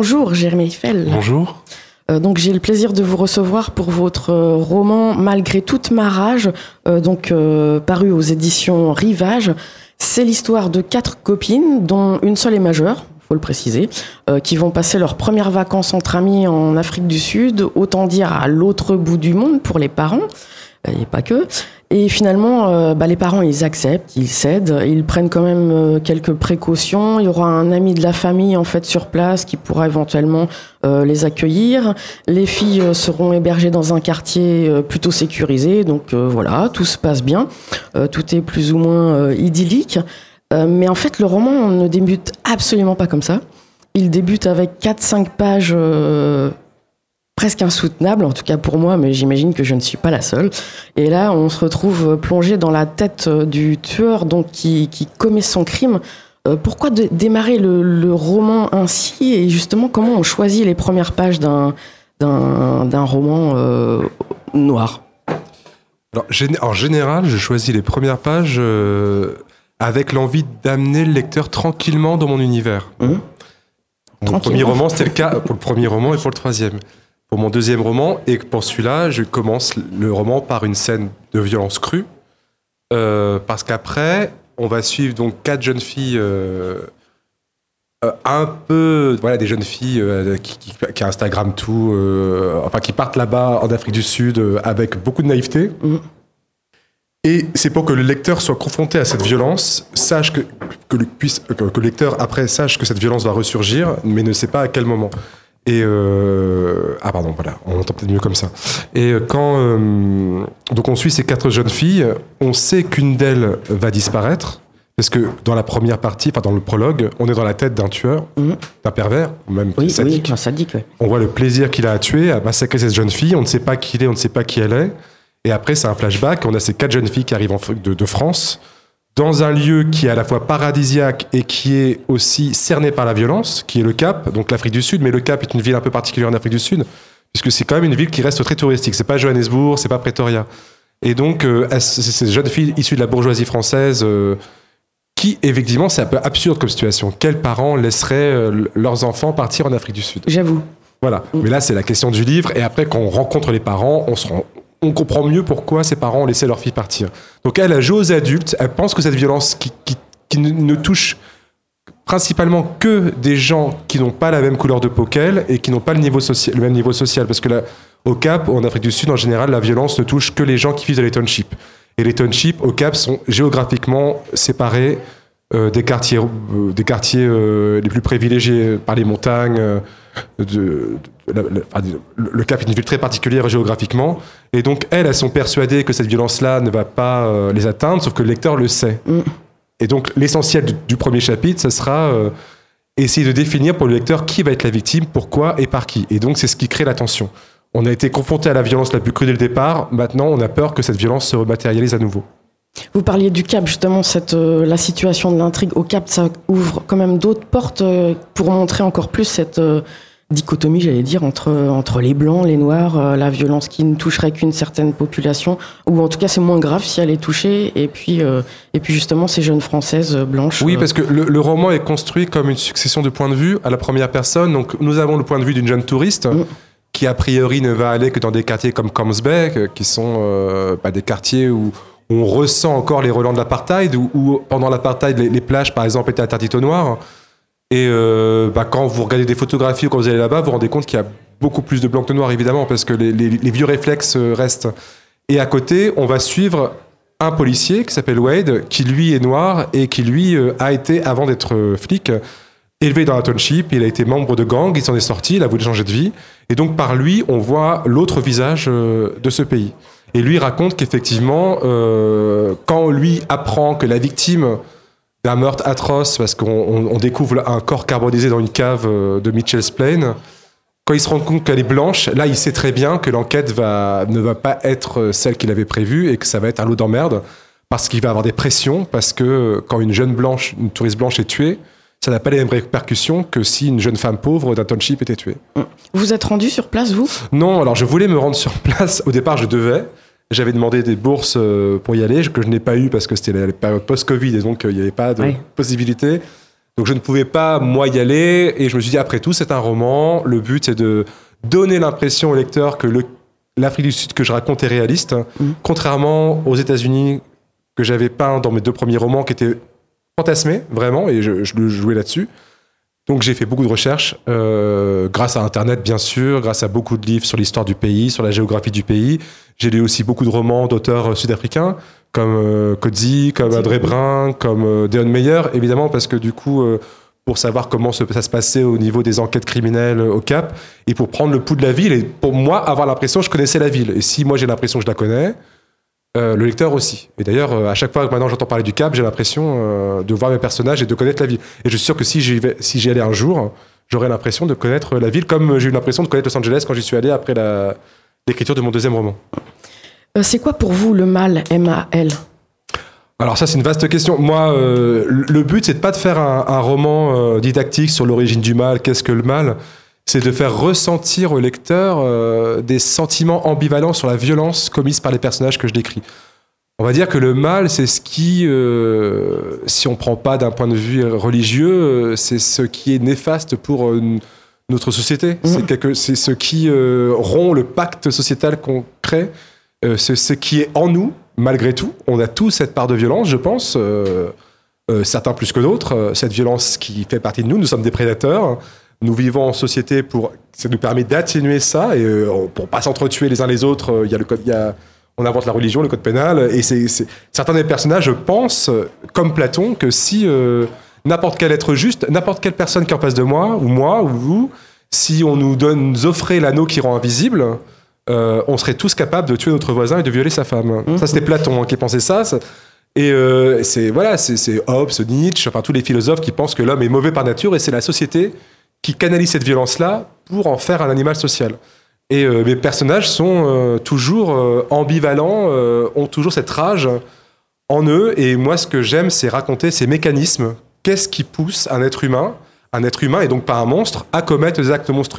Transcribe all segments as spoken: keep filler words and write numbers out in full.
Bonjour Jérémy Eiffel. Bonjour. Euh, donc j'ai le plaisir de vous recevoir pour votre euh, roman Malgré toute ma rage, euh, donc euh, paru aux éditions Rivage. C'est l'histoire de quatre copines, dont une seule est majeure, faut le préciser, euh, qui vont passer leurs premières vacances entre amis en Afrique du Sud, autant dire à l'autre bout du monde pour les parents, et pas que. Et finalement, euh, bah, les parents, ils acceptent, ils cèdent, ils prennent quand même euh, quelques précautions. Il y aura un ami de la famille en fait sur place qui pourra éventuellement euh, les accueillir. Les filles euh, seront hébergées dans un quartier euh, plutôt sécurisé, donc euh, voilà, tout se passe bien, euh, tout est plus ou moins euh, idyllique. Euh, mais en fait, le roman ne débute absolument pas comme ça. Il débute avec quatre cinq pages euh, presque insoutenable, en tout cas pour moi, mais j'imagine que je ne suis pas la seule. Et là, on se retrouve plongé dans la tête du tueur donc, qui, qui commet son crime. Euh, pourquoi de, démarrer le, le roman ainsi et justement, comment on choisit les premières pages d'un, d'un, d'un roman euh, noir ? Alors, en général, je choisis les premières pages euh, avec l'envie d'amener le lecteur tranquillement dans mon univers. Mmh. Mon premier roman, c'était le cas pour le premier roman et pour le troisième. Pour mon deuxième roman, et pour celui-là, je commence le roman par une scène de violence crue, euh, parce qu'après, on va suivre donc quatre jeunes filles, euh, euh, un peu, voilà, des jeunes filles euh, qui, qui, qui Instagram tout, euh, enfin qui partent là-bas en Afrique du Sud euh, avec beaucoup de naïveté. Mmh. Et c'est pour que le lecteur soit confronté à cette violence, sache que, que, le, puisse, que, que le lecteur après sache que cette violence va ressurgir, mais ne sait pas à quel moment. Et euh... ah pardon, voilà, on entend peut-être mieux comme ça. Et quand euh... donc on suit ces quatre jeunes filles, on sait qu'une d'elles va disparaître parce que dans la première partie, enfin dans le prologue, on est dans la tête d'un tueur, mmh. d'un pervers, ou même oui, sadique. Oui, un sadique. Ouais. On voit le plaisir qu'il a à tuer, à massacrer cette jeune fille. On ne sait pas qui il est, on ne sait pas qui elle est. Et après, c'est un flashback. On a ces quatre jeunes filles qui arrivent en... de, de France. Dans un lieu qui est à la fois paradisiaque et qui est aussi cerné par la violence, qui est le Cap, donc l'Afrique du Sud, mais le Cap est une ville un peu particulière en Afrique du Sud, puisque c'est quand même une ville qui reste très touristique. C'est pas Johannesburg, c'est pas Pretoria. Et donc, euh, c'est ces jeunes filles issues de la bourgeoisie française, euh, qui, effectivement, c'est un peu absurde comme situation. Quels parents laisseraient euh, leurs enfants partir en Afrique du Sud ? J'avoue. Voilà. Mmh. Mais là, c'est la question du livre. Et après, quand on rencontre les parents, on se rend... on comprend mieux pourquoi ses parents ont laissé leur fille partir. Donc elle, elle joue aux adultes, elle pense que cette violence qui, qui, qui ne touche principalement que des gens qui n'ont pas la même couleur de peau qu'elle et qui n'ont pas le, niveau socia- le même niveau social. Parce que là, au Cap, ou en Afrique du Sud, en général, la violence ne touche que les gens qui vivent dans les townships. Et les townships, au Cap, sont géographiquement séparés euh, des quartiers, euh, des quartiers euh, les plus privilégiés par les montagnes. Euh, de, de, la, la, enfin, le Cap est une ville très particulière géographiquement. Et donc, elles, elles sont persuadées que cette violence-là ne va pas euh, les atteindre, sauf que le lecteur le sait. Mm. Et donc, l'essentiel du, du premier chapitre, ce sera euh, essayer de définir pour le lecteur qui va être la victime, pourquoi et par qui. Et donc, c'est ce qui crée la tension. On a été confronté à la violence la plus crue dès le départ. Maintenant, on a peur que cette violence se rematérialise à nouveau. Vous parliez du Cap, justement, cette, euh, la situation de l'intrigue au Cap, ça ouvre quand même d'autres portes euh, pour montrer encore plus cette euh, dichotomie, j'allais dire, entre, entre les Blancs, les Noirs, euh, la violence qui ne toucherait qu'une certaine population, ou en tout cas c'est moins grave si elle est touchée, et puis, euh, et puis justement ces jeunes Françaises blanches. Oui, parce que le, le roman est construit comme une succession de points de vue à la première personne. Donc nous avons le point de vue d'une jeune touriste, mmh. qui a priori ne va aller que dans des quartiers comme Camps Bay, qui sont euh, bah, des quartiers où on ressent encore les relents de l'apartheid, où, où pendant l'apartheid, les, les plages, par exemple, étaient interdites aux Noirs. Et euh, bah, quand vous regardez des photographies ou quand vous allez là-bas, vous vous rendez compte qu'il y a beaucoup plus de blancs que de noirs, évidemment, parce que les, les, les vieux réflexes restent. Et à côté, on va suivre un policier qui s'appelle Wade, qui lui est noir et qui lui euh, a été, avant d'être euh, flic, élevé dans la township. Il a été membre de gang, il s'en est sorti, il a voulu changer de vie. Et donc, par lui, on voit l'autre visage euh, de ce pays. Et lui raconte qu'effectivement, euh, quand lui apprend que la victime d'un meurtre atroce, parce qu'on on, on découvre un corps carbonisé dans une cave de Mitchell's Plain, quand il se rend compte qu'elle est blanche, là, il sait très bien que l'enquête va, ne va pas être celle qu'il avait prévue et que ça va être un lot d'emmerde, parce qu'il va avoir des pressions, parce que quand une jeune blanche, une touriste blanche est tuée, ça n'a pas les mêmes répercussions que si une jeune femme pauvre d'un township était tuée. Vous êtes rendu sur place, vous ? Non, alors je voulais me rendre sur place. Au départ, je devais. J'avais demandé des bourses pour y aller, que je n'ai pas eu parce que c'était la période post-Covid et donc il n'y avait pas de oui. possibilité. Donc je ne pouvais pas, moi, y aller. Et je me suis dit, après tout, c'est un roman. Le but, c'est de donner l'impression au lecteur que le, l'Afrique du Sud que je raconte est réaliste. Mmh. Contrairement aux États-Unis que j'avais peint dans mes deux premiers romans qui étaient fantasmés, vraiment, et je, je jouais là-dessus. Donc j'ai fait beaucoup de recherches, euh, grâce à Internet bien sûr, grâce à beaucoup de livres sur l'histoire du pays, sur la géographie du pays. J'ai lu aussi beaucoup de romans d'auteurs sud-africains, comme euh, Coetzee, comme André Brun, comme euh, Deon Meyer, évidemment, parce que du coup, euh, pour savoir comment se, ça se passait au niveau des enquêtes criminelles au Cap, et pour prendre le pouls de la ville, et pour moi, avoir l'impression que je connaissais la ville. Et si moi j'ai l'impression que je la connais, Euh, le lecteur aussi. Et d'ailleurs, euh, à chaque fois que maintenant j'entends parler du Cap, j'ai l'impression euh, de voir mes personnages et de connaître la ville. Et je suis sûr que si j'y vais, si j'y allais un jour, j'aurais l'impression de connaître la ville, comme j'ai eu l'impression de connaître Los Angeles quand j'y suis allé après la, l'écriture de mon deuxième roman. Euh, c'est quoi pour vous le mal, M A L ? Alors ça, c'est une vaste question. Moi, euh, le but, c'est de pas de faire un, un roman euh, didactique sur l'origine du mal, qu'est-ce que le mal ? C'est de faire ressentir au lecteur euh, des sentiments ambivalents sur la violence commise par les personnages que je décris. On va dire que le mal, c'est ce qui, euh, si on ne prend pas d'un point de vue religieux, c'est ce qui est néfaste pour euh, notre société. Mmh. C'est, quelque, c'est ce qui euh, rompt le pacte sociétal qu'on crée. Euh, c'est ce qui est en nous, malgré tout. On a tous cette part de violence, je pense. Euh, euh, certains plus que d'autres. Cette violence qui fait partie de nous. Nous sommes des prédateurs. Nous vivons en société pour, ça nous permet d'atténuer ça et euh, pour pas s'entretuer les uns les autres. Il euh, y a le code, il y a, on invente la religion, le code pénal et c'est, c'est certains des personnages pensent, comme Platon, que si euh, n'importe quel être juste, n'importe quelle personne qui est en face de moi ou moi ou vous, si on nous donne, nous offrait l'anneau qui rend invisible, euh, on serait tous capables de tuer notre voisin et de violer sa femme. Mmh. Ça, c'était Platon hein, qui pensait ça. ça Et euh, c'est voilà, c'est, c'est Hobbes, Nietzsche, enfin tous les philosophes qui pensent que l'homme est mauvais par nature et c'est la société qui canalise cette violence-là pour en faire un animal social. Et euh, mes personnages sont euh, toujours euh, ambivalents, euh, ont toujours cette rage en eux. Et moi, ce que j'aime, c'est raconter ces mécanismes. Qu'est-ce qui pousse un être humain, un être humain et donc pas un monstre, à commettre des actes monstrueux ?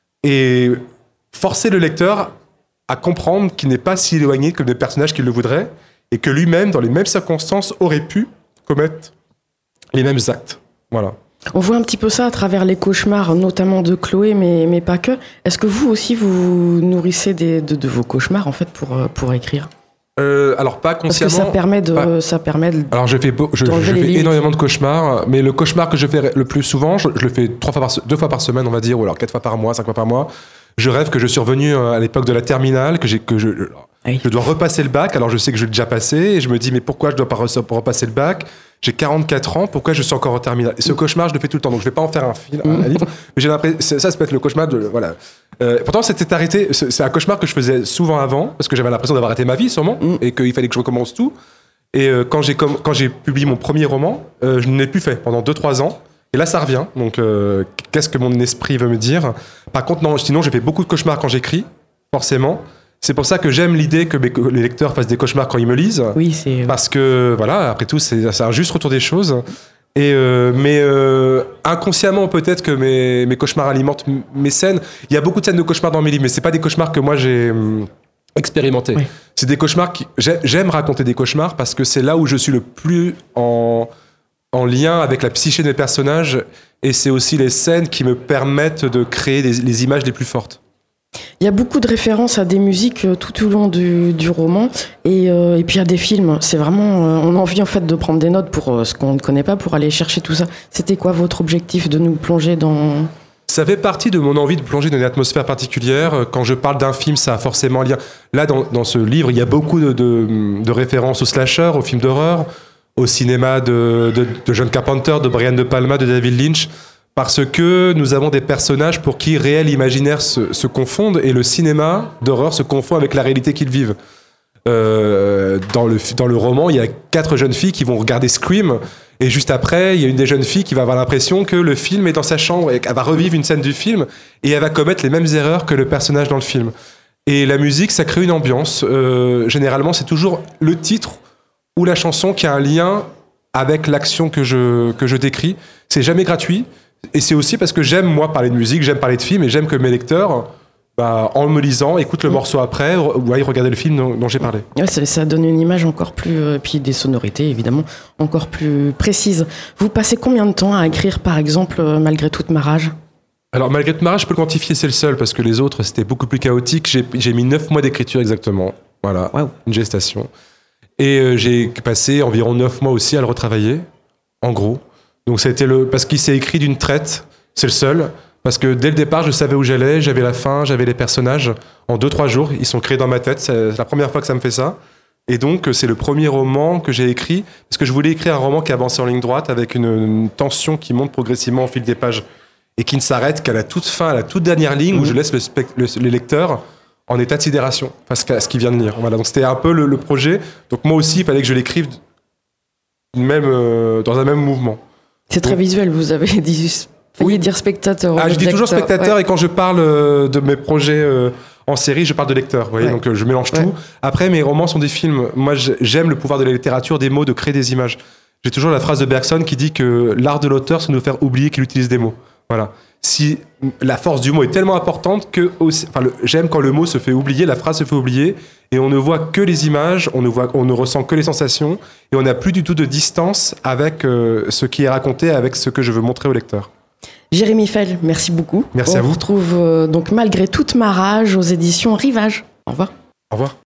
Et forcer le lecteur à comprendre qu'il n'est pas si éloigné que des personnages qu'il le voudraient et que lui-même, dans les mêmes circonstances, aurait pu commettre les mêmes actes. Voilà. On voit un petit peu ça à travers les cauchemars, notamment de Chloé, mais, mais pas que. Est-ce que vous aussi, vous nourrissez des, de, de vos cauchemars, en fait, pour, pour écrire ? euh, Alors, pas consciemment. Parce que ça permet de... Pas... Ça permet de alors, je fais, beau, je, je fais énormément de cauchemars, mais le cauchemar que je fais le plus souvent, je, je le fais trois fois par, deux fois par semaine, on va dire, ou alors quatre fois par mois, cinq fois par mois. Je rêve que je suis revenu à l'époque de la terminale, que, j'ai, que je, oui. je dois repasser le bac, alors je sais que je l'ai déjà passé, et je me dis, mais pourquoi je dois pas repasser le bac ? J'ai quarante-quatre ans, pourquoi je suis encore en terminale ? Et ce cauchemar, je le fais tout le temps, donc je vais pas en faire un film, un livre, mais j'ai l'impression, ça, ça peut être le cauchemar de, voilà. Euh, pourtant, c'était arrêté, c'est un cauchemar que je faisais souvent avant, parce que j'avais l'impression d'avoir arrêté ma vie, sûrement, et qu'il fallait que je recommence tout. Et euh, quand j'ai, quand j'ai publié mon premier roman, euh, je ne l'ai plus fait pendant deux trois ans. Et là, ça revient. Donc, euh, qu'est-ce que mon esprit veut me dire ? Par contre, non, sinon, j'ai fait beaucoup de cauchemars quand j'écris, forcément. C'est pour ça que j'aime l'idée que mes, les lecteurs fassent des cauchemars quand ils me lisent. Oui, c'est... Parce que, voilà, après tout, c'est, c'est un juste retour des choses. Et euh, mais euh, inconsciemment, peut-être que mes, mes cauchemars alimentent mes scènes. Il y a beaucoup de scènes de cauchemars dans mes livres, mais c'est pas des cauchemars que moi, j'ai hum, expérimentés. Oui. C'est des cauchemars qui... J'aime raconter des cauchemars parce que c'est là où je suis le plus en... en lien avec la psyché des personnages, et c'est aussi les scènes qui me permettent de créer les, les images les plus fortes. Il y a beaucoup de références à des musiques tout au long du, du roman, et, euh, et puis il y a des films. C'est vraiment, euh, on a envie en fait de prendre des notes pour euh, ce qu'on ne connaît pas, pour aller chercher tout ça. C'était quoi votre objectif de nous plonger dans... Ça fait partie de mon envie de plonger dans une atmosphère particulière. Quand je parle d'un film, ça a forcément un lien. Là, dans, dans ce livre, il y a beaucoup de, de, de références au slasher, aux films d'horreur, au cinéma de, de, de John Carpenter, de Brian De Palma, de David Lynch, parce que nous avons des personnages pour qui réel et imaginaire se, se confondent, et le cinéma d'horreur se confond avec la réalité qu'ils vivent. Euh, dans, le, dans le roman, il y a quatre jeunes filles qui vont regarder Scream, et juste après, il y a une des jeunes filles qui va avoir l'impression que le film est dans sa chambre, et qu'elle va revivre une scène du film, et elle va commettre les mêmes erreurs que le personnage dans le film. Et la musique, ça crée une ambiance. Euh, généralement, c'est toujours le titre ou la chanson qui a un lien avec l'action que je, que je décris. C'est jamais gratuit. Et c'est aussi parce que j'aime, moi, parler de musique, j'aime parler de films, et j'aime que mes lecteurs bah, en me lisant, écoute le mmh. morceau après, ou aille regarder le film dont, dont j'ai parlé. Ouais, ça, ça donne une image encore plus, euh, puis des sonorités évidemment, encore plus précises. Vous passez combien de temps à écrire par exemple euh, Malgré toute ma rage ? Alors Malgré toute ma rage, je peux le quantifier, c'est le seul, parce que les autres c'était beaucoup plus chaotique. J'ai, j'ai mis neuf mois d'écriture exactement, voilà, wow. Une gestation. Et euh, j'ai passé environ neuf mois aussi à le retravailler, en gros. Donc ça a été le, parce qu'il s'est écrit d'une traite, c'est le seul. Parce que dès le départ, je savais où j'allais, j'avais la fin, j'avais les personnages. En deux, trois jours, ils sont créés dans ma tête. C'est la première fois que ça me fait ça. Et donc, c'est le premier roman que j'ai écrit. Parce que je voulais écrire un roman qui avançait en ligne droite avec une, une tension qui monte progressivement au fil des pages et qui ne s'arrête qu'à la toute fin, à la toute dernière ligne, mmh. où je laisse le, spect- le, le lecteur en état de sidération face à ce qu'il vient de lire. Voilà. Donc, c'était un peu le, le projet. Donc, moi aussi, il fallait que je l'écrive même, euh, dans un même mouvement. C'est très donc, visuel, vous avez dit... Oui, dire spectateur. Ah, je dis toujours spectateur, ouais. Et quand je parle euh, de mes projets euh, en série, je parle de lecteur. Vous voyez, ouais. Donc euh, je mélange ouais. tout. Après, mes romans sont des films. Moi, j'aime le pouvoir de la littérature, des mots, de créer des images. J'ai toujours la phrase de Bergson qui dit que l'art de l'auteur, c'est de nous faire oublier qu'il utilise des mots. Voilà. Si la force du mot est tellement importante que, aussi, enfin, le, j'aime quand le mot se fait oublier, la phrase se fait oublier, et on ne voit que les images, on ne voit, on ne ressent que les sensations, et on n'a plus du tout de distance avec euh, ce qui est raconté, avec ce que je veux montrer au lecteur. Jérémy Fell, merci beaucoup. Merci on à vous. On retrouve euh, donc Malgré toute ma rage aux éditions Rivage. Au revoir. Au revoir.